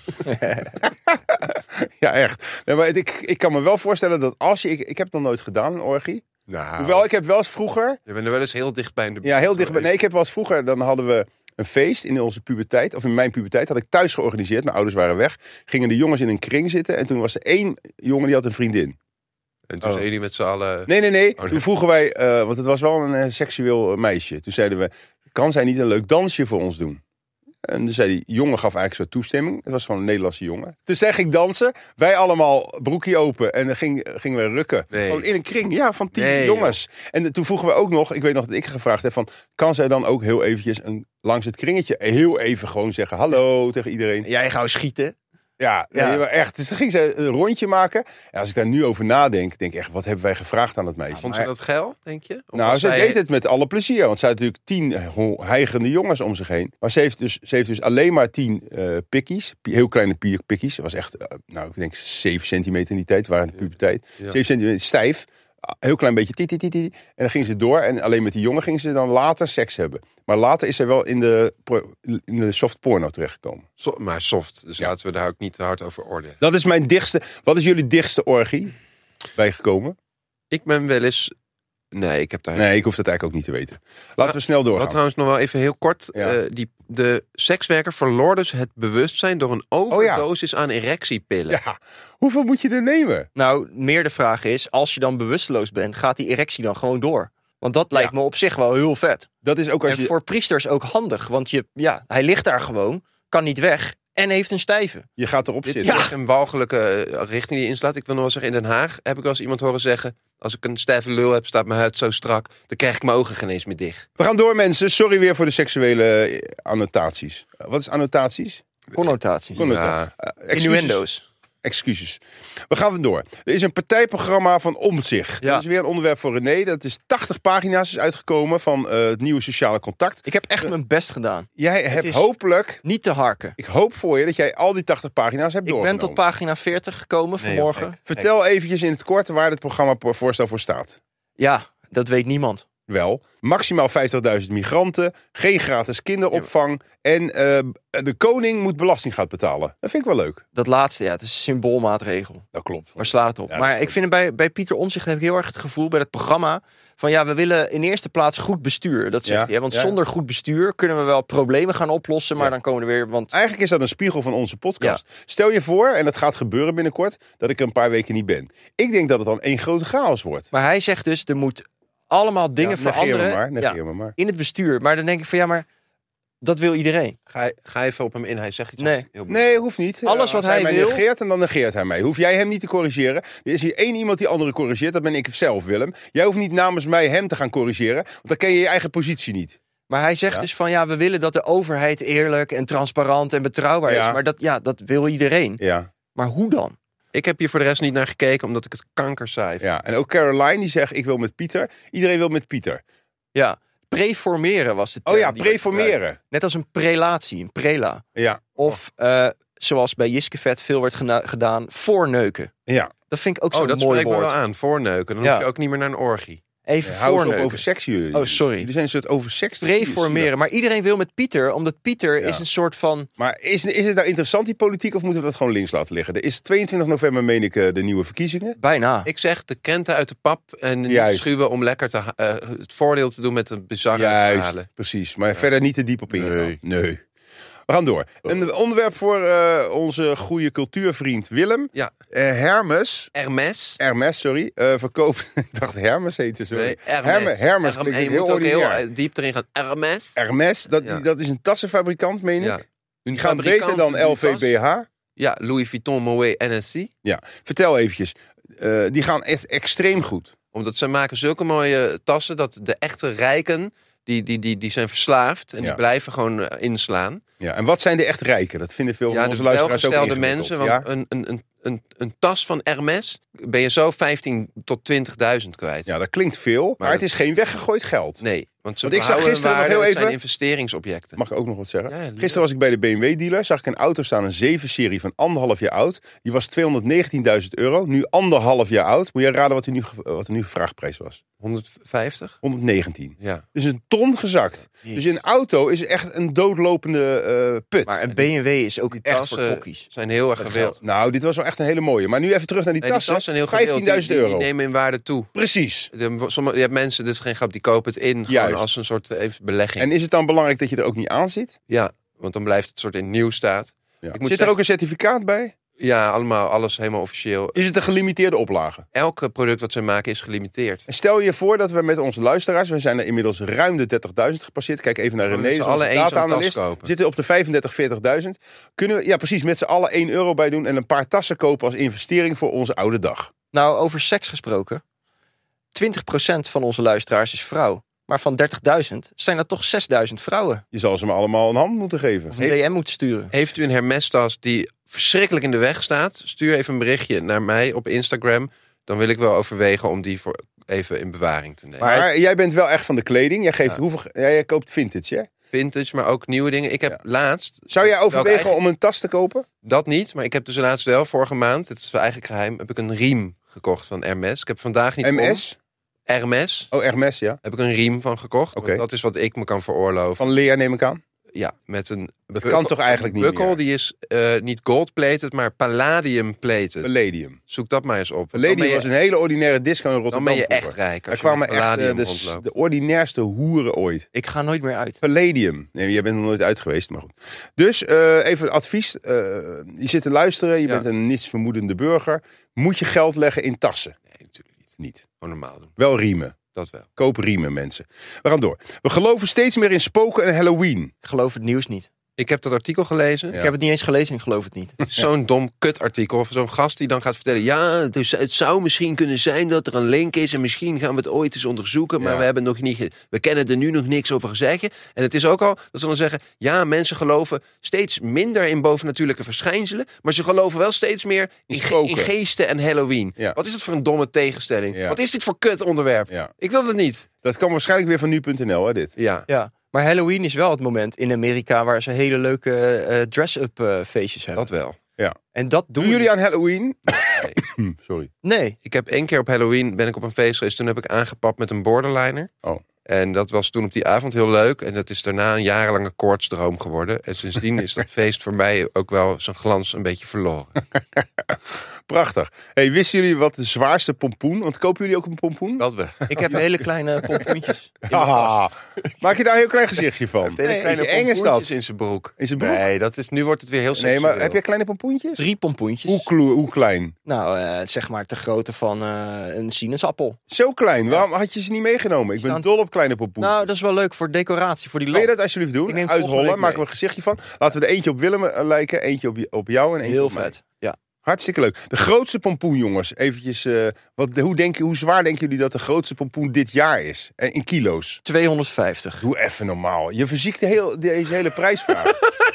Ja, echt. Nee, maar ik kan me wel voorstellen dat als je... Ik heb het nog nooit gedaan, een orgie. Nou, Hoewel, ik heb wel eens vroeger... Je bent er wel eens heel dichtbij in de buurt. Ja, heel dichtbij. Nee, ik heb wel eens vroeger... Dan hadden we een feest in onze puberteit. Of in mijn puberteit had ik thuis georganiseerd. Mijn ouders waren weg. Gingen de jongens in een kring zitten. En toen was er 1 jongen die had een vriendin. En toen zeiden jullie met z'n allen... Nee. Toen vroegen wij... want het was wel een seksueel meisje. Toen zeiden we... Kan zij niet een leuk dansje voor ons doen? En dus zei die jongen gaf eigenlijk zo toestemming. Het was gewoon een Nederlandse jongen. Dus zij ging dansen. Wij allemaal broekje open. En dan gingen we rukken. Nee. Gewoon in een kring. Ja, van 10 jongens. En toen vroegen we ook nog... Ik weet nog dat ik gevraagd heb van... Kan zij dan ook heel eventjes langs het kringetje... heel even gewoon zeggen hallo tegen iedereen. Jij gauw schieten. Ja, nee, maar echt. Dus dan ging ze een rondje maken. En als ik daar nu over nadenk, denk ik echt, wat hebben wij gevraagd aan het meisje? Vond ze dat geil, denk je? Of Nou, ze zij... deed het met alle plezier. Want ze had natuurlijk 10 hijgende jongens om zich heen. Maar ze heeft dus alleen maar 10 pikkies. Heel kleine pikkies. Ze was echt, ik denk 7 centimeter in die tijd. Waren in de puberteit. Ja. 7 centimeter, stijf. Heel klein beetje En dan ging ze door. En alleen met die jongen ging ze dan later seks hebben. Maar later is ze wel in de soft porno terechtgekomen. Maar soft. Dus laten we daar ook niet te hard over oordelen. Dat is mijn dichtste... Wat is jullie dichtste orgie bijgekomen? Ik ben wel eens... Nee, ik heb daar... Nee, ik hoef dat eigenlijk ook niet te weten. Laten we snel doorgaan. Wat trouwens nog wel even heel kort. Ja. De sekswerker verloor dus het bewustzijn door een overdosis aan erectiepillen. Ja, hoeveel moet je er nemen? Nou, meer de vraag is, als je dan bewusteloos bent, gaat die erectie dan gewoon door? Want dat lijkt me op zich wel heel vet. Dat is ook als en voor priesters ook handig, want hij ligt daar gewoon, kan niet weg en heeft een stijve. Je gaat erop Dit zitten. is een walgelijke richting die je inslaat. Ik wil nog wel zeggen, in Den Haag heb ik wel eens iemand horen zeggen... Als ik een stijve lul heb, staat mijn huid zo strak... dan krijg ik mijn ogen geen eens meer dicht. We gaan door, mensen. Sorry weer voor de seksuele annotaties. Wat is annotaties? Connotaties. Ja. Innuendo's. Excuses. We gaan door. Er is een partijprogramma van Omtzigt. Ja. Dat is weer een onderwerp voor René. Dat is 80 pagina's is uitgekomen van het nieuwe sociale contact. Ik heb echt mijn best gedaan. Jij hebt hopelijk... Niet te harken. Ik hoop voor je dat jij al die 80 pagina's hebt doorgenomen. Ik ben tot pagina 40 gekomen vanmorgen. Vertel eventjes in het kort waar het programma voorstel voor staat. Ja, dat weet niemand. Wel. Maximaal 50.000 migranten. Geen gratis kinderopvang. En de koning moet belasting gaan betalen. Dat vind ik wel leuk. Dat laatste, het is een symboolmaatregel. Dat klopt. Waar slaat het op? Ja, maar ik vind het bij Pieter Omtzigt heb ik heel erg het gevoel bij dat programma van we willen in eerste plaats goed bestuur. Dat zegt hij. Want zonder goed bestuur kunnen we wel problemen gaan oplossen, maar dan komen er weer... Eigenlijk is dat een spiegel van onze podcast. Ja. Stel je voor, en dat gaat gebeuren binnenkort, dat ik er een paar weken niet ben. Ik denk dat het dan één grote chaos wordt. Maar hij zegt dus, er moet allemaal dingen veranderen negeer me maar. In het bestuur. Maar dan denk ik van maar dat wil iedereen. Ga even op hem in. Hij zegt iets. Nee, hoeft niet. Alles wat hij wil. Negeert en dan negeert hij mij. Hoef jij hem niet te corrigeren. Er is hier één iemand die anderen corrigeert. Dat ben ik zelf, Willem. Jij hoeft niet namens mij hem te gaan corrigeren. Want dan ken je je eigen positie niet. Maar hij zegt dus van we willen dat de overheid eerlijk en transparant en betrouwbaar is. Maar dat wil iedereen. Ja. Maar hoe dan? Ik heb hier voor de rest niet naar gekeken, omdat ik het kankersaai vind. Ja, en ook Caroline die zegt, ik wil met Pieter. Iedereen wil met Pieter. Ja, preformeren was het. Preformeren. Net als een prelatie, een prela. Ja. Of zoals bij Jiskevet veel werd gedaan, voorneuken. Ja. Dat vind ik ook zo'n mooi woord. Dat spreekt me wel aan, voorneuken. Dan hoef je ook niet meer naar een orgie. Even hou eens op voorneuken. over seks, jullie. Oh, sorry. Jullie zijn een soort over seks. Preformeren. Maar iedereen wil met Pieter, omdat Pieter is een soort van... Maar is het nou interessant, die politiek, of moeten we dat gewoon links laten liggen? Er is 22 november, meen ik, de nieuwe verkiezingen. Bijna. Ik zeg de krenten uit de pap en niet schuwen om lekker het voordeel te doen met de bizarre verhalen. Precies. Maar verder niet te diep op ingaan. Nee. We gaan door. Een onderwerp voor onze goede cultuurvriend Willem. Ja. Hermes, sorry. Verkoopt... Ik dacht Hermes heette zo. Nee, Hermes klinkt heel ordinair. Heel diep erin gaan. Hermes, dat is een tassenfabrikant, meen ik. Ja. Die gaat beter dan LVBH. Ja, Louis Vuitton, Moet, NSC. Ja, vertel eventjes. Die gaan echt extreem goed. Omdat ze maken zulke mooie tassen dat de echte rijken... Die zijn verslaafd en die blijven gewoon inslaan. Ja, en wat zijn de echt rijken? Dat vinden veel van onze luisteraars ook ingewikkeld. mensen, want een tas van Hermes ben je zo 15.000 tot 20.000 kwijt. Ja, dat klinkt veel, maar het is geen weggegooid geld. Nee, want ik zag gisteren nog heel even... zijn investeringsobjecten. Mag ik ook nog wat zeggen? Ja, gisteren was ik bij de BMW-dealer, zag ik een auto staan, een 7-serie van 1,5 jaar oud. Die was €219.000, nu 1,5 jaar oud. Moet je raden wat de nu vraagprijs was? 150? 119. Ja. Dus een ton gezakt. Dus een auto is echt een doodlopende put. Maar een BMW is ook echt voor kokkies. Zijn heel erg gewild. Nou, dit was wel echt een hele mooie. Maar nu even terug naar die tassen. €15.000. Die nemen in waarde toe. Precies. Je hebt mensen, dit is geen grap, die kopen het in gewoon als een soort belegging. En is het dan belangrijk dat je er ook niet aan zit? Ja, want dan blijft het soort in nieuw staat. Ja. Zit er ook een certificaat bij? Ja, alles helemaal officieel. Is het een gelimiteerde oplage? Elke product wat ze maken is gelimiteerd. En stel je voor dat we met onze luisteraars, we zijn er inmiddels ruim de 30.000 gepasseerd. Kijk even naar René, onze data-analyst. We zitten op de 35.000, 40.000. Kunnen we precies met z'n allen €1 bij doen en een paar tassen kopen als investering voor onze oude dag? Nou, over seks gesproken. 20% van onze luisteraars is vrouw. Maar van 30.000 zijn er toch 6.000 vrouwen. Je zal ze maar allemaal een hand moeten geven. Of een DM moeten sturen. Heeft u een Hermes-tas die verschrikkelijk in de weg staat? Stuur even een berichtje naar mij op Instagram. Dan wil ik wel overwegen om die voor even in bewaring te nemen. Maar jij bent wel echt van de kleding. Jij geeft jij koopt vintage, hè? Vintage, maar ook nieuwe dingen. Ik heb laatst... Zou jij overwegen om een tas te kopen? Dat niet, maar ik heb dus laatst wel vorige maand, het is wel eigenlijk geheim, heb ik een riem gekocht van Hermes. Ik heb vandaag niet... MS? Hermes. Oh, Hermes, ja. Heb ik een riem van gekocht. Okay. Dat is wat ik me kan veroorloven. Van Lea neem ik aan? Ja, met een... Dat kan toch eigenlijk niet buckle, meer? die is niet gold-plated, maar palladium-plated. Palladium. Zoek dat maar eens op. Palladium was een hele ordinaire disco in Rotterdam. Dan ben je echt rijk. Er kwamen echt de ordinairste hoeren ooit. Ik ga nooit meer uit. Palladium. Nee, jij bent er nooit uit geweest, maar goed. Dus even advies. Je zit te luisteren, je bent een nietsvermoedende burger. Moet je geld leggen in tassen? Nee, natuurlijk niet. Gewoon normaal doen. Wel riemen. Dat wel. Koop riemen, mensen. We gaan door. We geloven steeds meer in spoken en Halloween. Ik geloof het nieuws niet. Ik heb dat artikel gelezen. Ja. Ik heb het niet eens gelezen en ik geloof het niet. Zo'n dom kutartikel. Of zo'n gast die dan gaat vertellen... Ja, het zou misschien kunnen zijn dat er een link is... en misschien gaan we het ooit eens onderzoeken... maar we hebben nog niet... We kennen er nu nog niks over zeggen. En het is ook al dat ze dan zeggen... Ja, mensen geloven steeds minder in bovennatuurlijke verschijnselen... maar ze geloven wel steeds meer in geesten en Halloween. Ja. Wat is het voor een domme tegenstelling? Ja. Wat is dit voor kut onderwerp? Ja. Ik wil het niet. Dat kan waarschijnlijk weer van nu.nl, hè, dit? Ja. Maar Halloween is wel het moment in Amerika waar ze hele leuke dress-up feestjes hebben. Dat wel. Ja. En dat doen jullie aan Halloween? Nee. Sorry. Nee. Ik heb 1 keer op Halloween ben ik op een feest geweest. Toen heb ik aangepapt met een borderliner. Oh. En dat was toen op die avond heel leuk. En dat is daarna een jarenlange koortsdroom geworden. En sindsdien is dat feest voor mij ook wel zijn glans een beetje verloren. Prachtig. Hey, wisten jullie wat de zwaarste pompoen? Want kopen jullie ook een pompoen? Dat we. Ik heb hele kleine pompoentjes. Maak je daar een heel klein gezichtje van? Hele kleine eng is dat? pompoentjes in zijn broek. In zijn broek? Nee, nu wordt het weer heel seksueel. Nee, maar heb jij kleine pompoentjes? 3 pompoentjes. Hoe klein? Nou, zeg maar de grootte van een sinaasappel. Zo klein? Waarom had je ze niet meegenomen? Ik ben dol op kleine pompoen. Nou, dat is wel leuk voor decoratie, voor die Wil lamp. je dat alsjeblieft doen? Uitrollen, maken we een gezichtje van. Laten we er eentje op Willem lijken, eentje op jou en eentje heel op mij. vet, ja. Hartstikke leuk. De grootste pompoen, jongens. Eventjes, hoe zwaar denken jullie dat de grootste pompoen dit jaar is? In kilo's? 250. Doe even normaal. Je verziekt deze hele prijsvraag.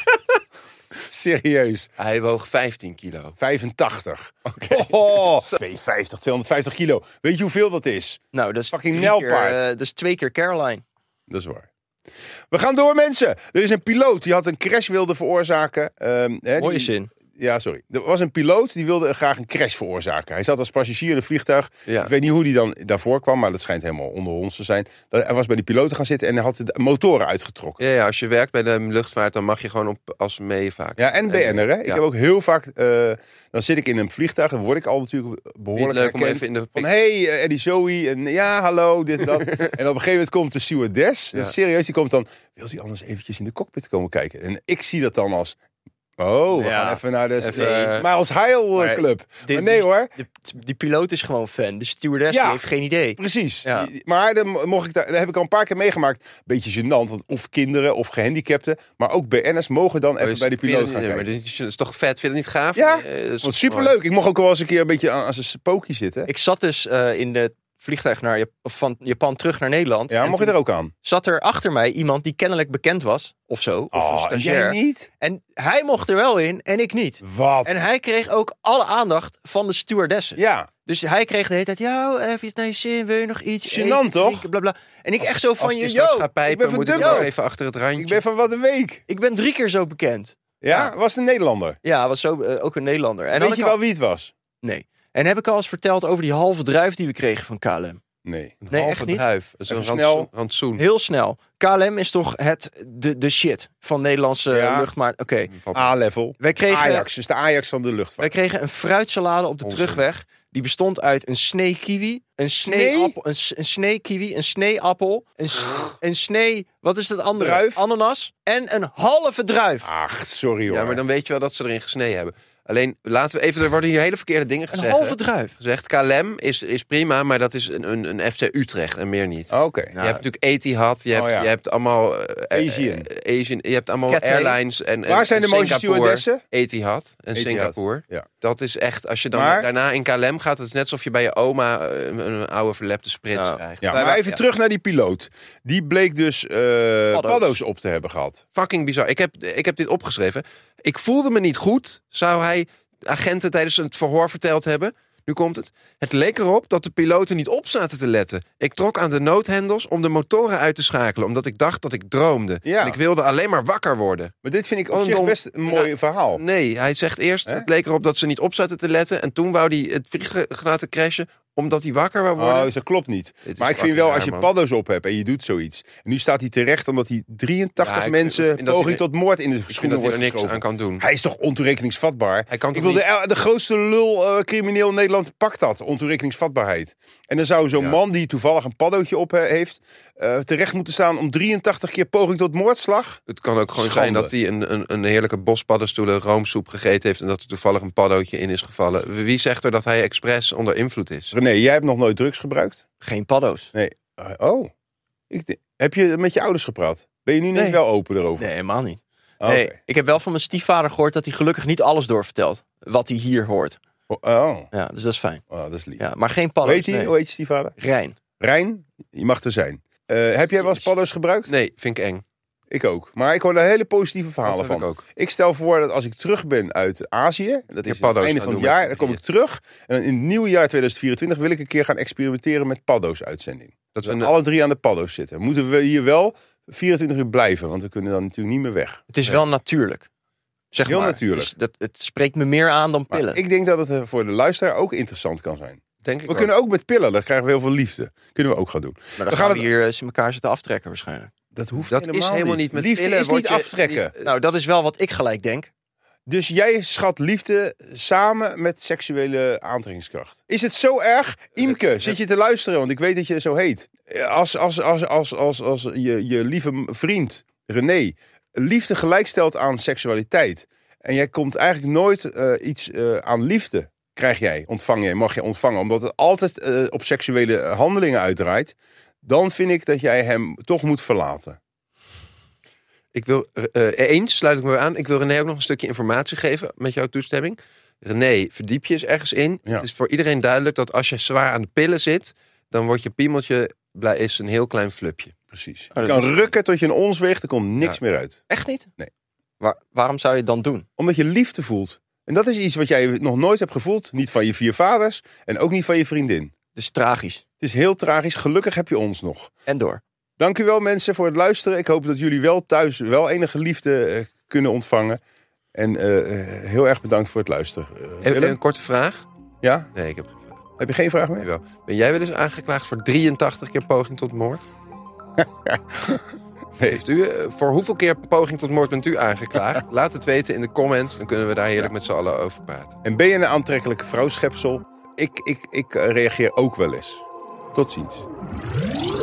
Serieus. Hij woog 15 kilo. 85. Oké. Oh, 250, 250 kilo. Weet je hoeveel dat is? Nou, dat is fucking Nelpaard. Dat is 2 keer Caroline. Dat is waar. We gaan door, mensen. Er is een piloot die had een crash wilde veroorzaken. Mooie zin. Ja, sorry. Er was een piloot die wilde graag een crash veroorzaken. Hij zat als passagier in een vliegtuig. Ja. Ik weet niet hoe die dan daarvoor kwam, maar dat schijnt helemaal onder ons te zijn. Hij was bij die piloten gaan zitten en hij had de motoren uitgetrokken. Ja, als je werkt bij de luchtvaart, dan mag je gewoon op als mee vaak. Ja, en BN'er, hè? Ja. Ik heb ook heel vaak... dan zit ik in een vliegtuig en word ik al natuurlijk behoorlijk leuk om herkend. even in de Van, hey, Eddie Zoe. En ja, hallo, dit en dat. En op een gegeven moment komt de stewardess. Ja. Serieus, die komt dan... Wilt u anders eventjes in de cockpit komen kijken? En ik zie dat dan als... Oh, we gaan even naar de Miles Heil Club. Maar nee hoor. Die piloot is gewoon fan. De stewardess die heeft geen idee. Precies. Ja. Maar daar heb ik al een paar keer meegemaakt. Beetje gênant, want of kinderen of gehandicapten. Maar ook BN'ers mogen dan even bij de piloot gaan kijken. Maar dat is toch vet? Vind je het niet gaaf? Ja, want superleuk. Ik mocht ook wel eens een keer een beetje aan zijn spookje zitten. Ik zat dus in de vliegtuig van Japan terug naar Nederland. Ja, mocht je er ook aan? Zat er achter mij iemand die kennelijk bekend was. Of zo. Of een stagiair. Jij niet? En hij mocht er wel in en ik niet. Wat? En hij kreeg ook alle aandacht van de stewardessen. Ja. Dus hij kreeg de hele tijd... Ja, heb je het naar je zin? Wil je nog iets? Gênant, toch? Drinken, bla, bla. En ik echt zo van... Als je straks gaat pijpen, moet ik nog even achter het randje. Ik ben van wat een week. Ik ben 3 keer zo bekend. Ja? Was het een Nederlander? Ja, was ook een Nederlander. En weet je wel wie het was? Nee. En heb ik al eens verteld over die halve druif die we kregen van KLM? Nee. Echt niet. Druif. Dat is een rantsoen. Heel snel. KLM is toch de shit van Nederlandse luchtvaart. Oké. A-level. Wij kregen Ajax is de Ajax van de luchtvaart. Wij kregen een fruitsalade op de terugweg. Die bestond uit een snee kiwi, een sneeappel, een snee kiwi, een sneeappel, een snee, wat is dat andere? Druif. Ananas en een halve druif. Ach, sorry hoor. Ja, maar dan weet je wel dat ze erin gesneden hebben. Alleen, laten we even, er worden hier hele verkeerde dingen gezegd. Een halve druif. Gezegd, KLM is prima, maar dat is een FC Utrecht en meer niet. Oké. Je hebt natuurlijk Etihad, je hebt allemaal... Asian. Je hebt allemaal Cathay. Airlines en Waar zijn de mooiste Singapore, stewardessen? Etihad en Singapore. Ja. Dat is echt, als je dan Maar- daarna in KLM gaat, het is net alsof je bij je oma een oude verlepte sprits krijgt. Ja, maar even terug naar die piloot. Die bleek dus paddo's op te hebben gehad. Fucking bizar. Ik heb dit opgeschreven. Ik voelde me niet goed, zou hij agenten tijdens het verhoor verteld hebben. Nu komt het. Het leek erop dat de piloten niet op zaten te letten. Ik trok aan de noodhendels om de motoren uit te schakelen, omdat ik dacht dat ik droomde. Ja. En ik wilde alleen maar wakker worden. Maar dit vind ik op zich best een mooi verhaal. Nee, hij zegt eerst, het leek erop dat ze niet op zaten te letten. En toen wou hij het vliegtuig laten crashen, omdat hij wakker wou worden. Oh, dus dat klopt niet. Dit Maar is ik vind wel, fucking als je raar, man. paddo's op hebt en je doet zoiets. En nu staat hij terecht omdat hij 83 Ja, ik mensen vind dat poging hij- tot moord in de Ik vind schoenen dat hij wordt er niks geschoven. aan kan doen. Hij is toch ontoerekeningsvatbaar? Hij kan Ik toch bedoel, de grootste lul crimineel in Nederland pakt dat, ontoerekeningsvatbaarheid. En dan zou zo'n man die toevallig een paddootje op heeft, terecht moeten staan om 83 keer poging tot moordslag. Het kan ook gewoon Schande. zijn dat hij een heerlijke bos paddenstoelen roomsoep gegeten heeft en dat er toevallig een paddootje in is gevallen. Wie zegt er dat hij expres onder invloed is? René, jij hebt nog nooit drugs gebruikt? Geen paddo's. Nee. Heb je met je ouders gepraat? Ben je nu niet Nee. wel open erover? Nee, helemaal niet. Oh, Nee, oké. ik heb wel van mijn stiefvader gehoord dat hij gelukkig niet alles doorvertelt. Wat hij hier hoort. Oh, Ja, dus dat is fijn. dat is lief. Ja, maar geen Hoe paddo's. heet hij? nee. Hoe heet je stiefvader? Rijn. Rijn, je mag er zijn. Heb jij wel eens paddo's gebruikt? Nee, vind ik eng. Ik ook. Maar ik hoor daar hele positieve verhalen Dat wil van. ik ook. Ik stel voor dat als ik terug ben uit Azië, dat is het paddo's einde gaan van het doen jaar, met dan kom ik terug. En dan in het nieuwe jaar 2024 wil ik een keer gaan experimenteren met paddo's uitzending. Dat Dat we we alle 3 aan de paddo's zitten. Moeten we hier wel 24 uur blijven, want we kunnen dan natuurlijk niet meer weg. Het is wel natuurlijk. Zeg Heel maar. natuurlijk. Dus het spreekt me meer aan dan Maar pillen. ik denk dat het voor de luisteraar ook interessant kan zijn. denk ik We kunnen ook met pillen, dan krijgen we heel veel liefde. Kunnen we ook gaan doen. Maar dan gaan we hier elkaar zitten aftrekken waarschijnlijk. Dat hoeft dat helemaal niet. Met liefde pillen is niet aftrekken. Nou, dat is wel wat ik gelijk denk. Dus jij schat liefde samen met seksuele aantrekkingskracht. Is het zo erg? Imke, zit je te luisteren? Want ik weet dat je zo heet. Als je lieve vriend, René, liefde gelijkstelt aan seksualiteit. En jij komt eigenlijk nooit iets aan liefde. Mag je ontvangen. Omdat het altijd op seksuele handelingen uitdraait. Dan vind ik dat jij hem toch moet verlaten. Ik wil, sluit ik me aan. Ik wil René ook nog een stukje informatie geven met jouw toestemming. René, verdiep je eens ergens in. Ja. Het is voor iedereen duidelijk dat als je zwaar aan de pillen zit, dan wordt je piemeltje is een heel klein flupje. Precies. Je kan rukken tot je een ons weegt, er komt niks meer uit. Echt niet? Nee. Waarom zou je het dan doen? Omdat je liefde voelt. En dat is iets wat jij nog nooit hebt gevoeld. Niet van je 4 vaders en ook niet van je vriendin. Het is tragisch. Het is heel tragisch. Gelukkig heb je ons nog. En door. Dank u wel mensen voor het luisteren. Ik hoop dat jullie wel thuis wel enige liefde kunnen ontvangen. En heel erg bedankt voor het luisteren. Een korte vraag? Ja? Nee, ik heb geen vraag. Heb je geen vraag meer? Wel. Ben jij wel eens aangeklaagd voor 83 keer poging tot moord? Nee. Heeft u, voor hoeveel keer poging tot moord bent u aangeklaagd? Laat het weten in de comments. Dan kunnen we daar heerlijk met z'n allen over praten. En ben je een aantrekkelijke vrouwschepsel? Ik reageer ook wel eens. Tot ziens.